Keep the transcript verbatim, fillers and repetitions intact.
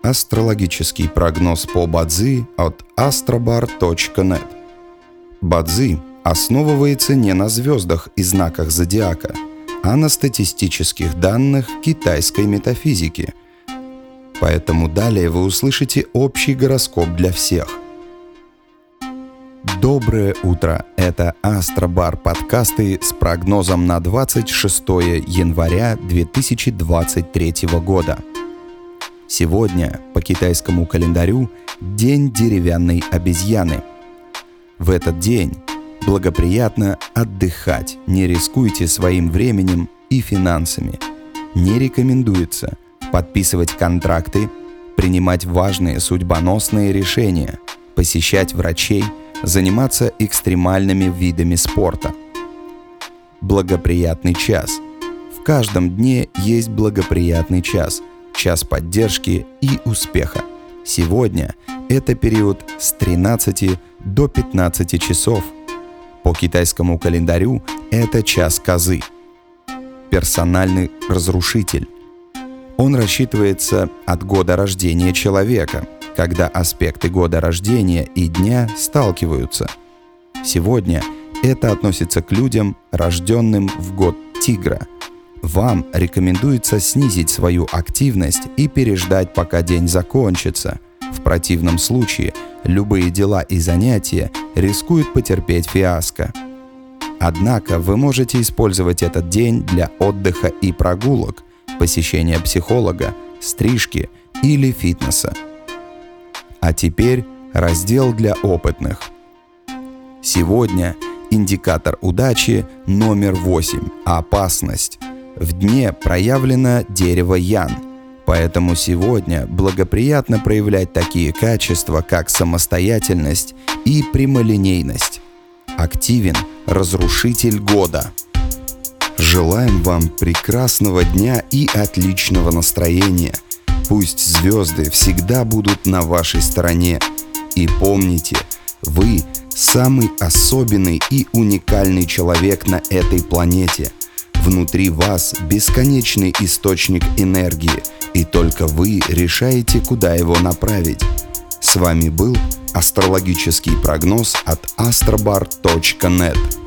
Астрологический прогноз по Бадзи от астробар точка нет. Бадзи основывается не на звездах и знаках зодиака, а на статистических данных китайской метафизики. Поэтому далее вы услышите общий гороскоп для всех. Доброе утро! Это Астробар подкасты с прогнозом на двадцать шестое января две тысячи двадцать третьего года. Сегодня по китайскому календарю день деревянной обезьяны. В этот день благоприятно отдыхать, не рискуйте своим временем и финансами. Не рекомендуется подписывать контракты, принимать важные судьбоносные решения, посещать врачей, заниматься экстремальными видами спорта. Благоприятный час. В каждом дне есть благоприятный час, час поддержки и успеха. Сегодня это период с тринадцати до пятнадцати часов. По китайскому календарю это час козы. Персональный разрушитель. Он рассчитывается от года рождения человека, когда аспекты года рождения и дня сталкиваются. Сегодня это относится к людям, рожденным в год тигра. Вам рекомендуется снизить свою активность и переждать, пока день закончится. В противном случае любые дела и занятия рискуют потерпеть фиаско. Однако вы можете использовать этот день для отдыха и прогулок, посещения психолога, стрижки или фитнеса. А теперь раздел для опытных. Сегодня индикатор удачи номер восемь – опасность. В дне проявлено дерево Ян, поэтому сегодня благоприятно проявлять такие качества, как самостоятельность и прямолинейность. Активен разрушитель года. Желаем вам прекрасного дня и отличного настроения. Пусть звезды всегда будут на вашей стороне. И помните, вы самый особенный и уникальный человек на этой планете. Внутри вас бесконечный источник энергии, и только вы решаете, куда его направить. С вами был астрологический прогноз от астробар точка нет.